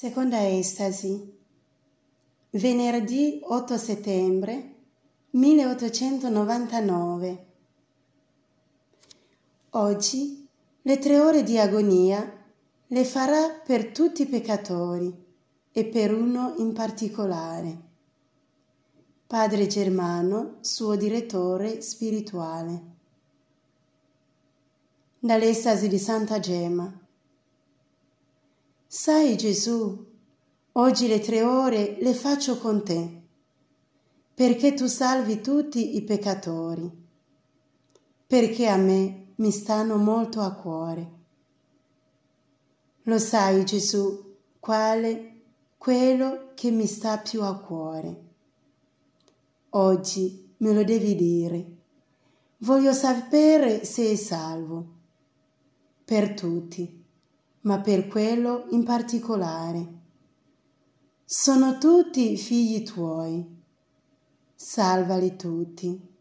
Seconda estasi, venerdì 8 settembre 1899. Oggi le 3 ore di agonia le farà per tutti i peccatori e per uno in particolare, Padre Germano, suo direttore spirituale. Dall'estasi di Santa Gemma. Sai Gesù, oggi le 3 ore le faccio con te, perché tu salvi tutti i peccatori, perché a me mi stanno molto a cuore. Lo sai Gesù, quello che mi sta più a cuore. Oggi me lo devi dire. Voglio sapere se è salvo. Per tutti, ma per quello in particolare. Sono tutti figli tuoi. Salvali tutti.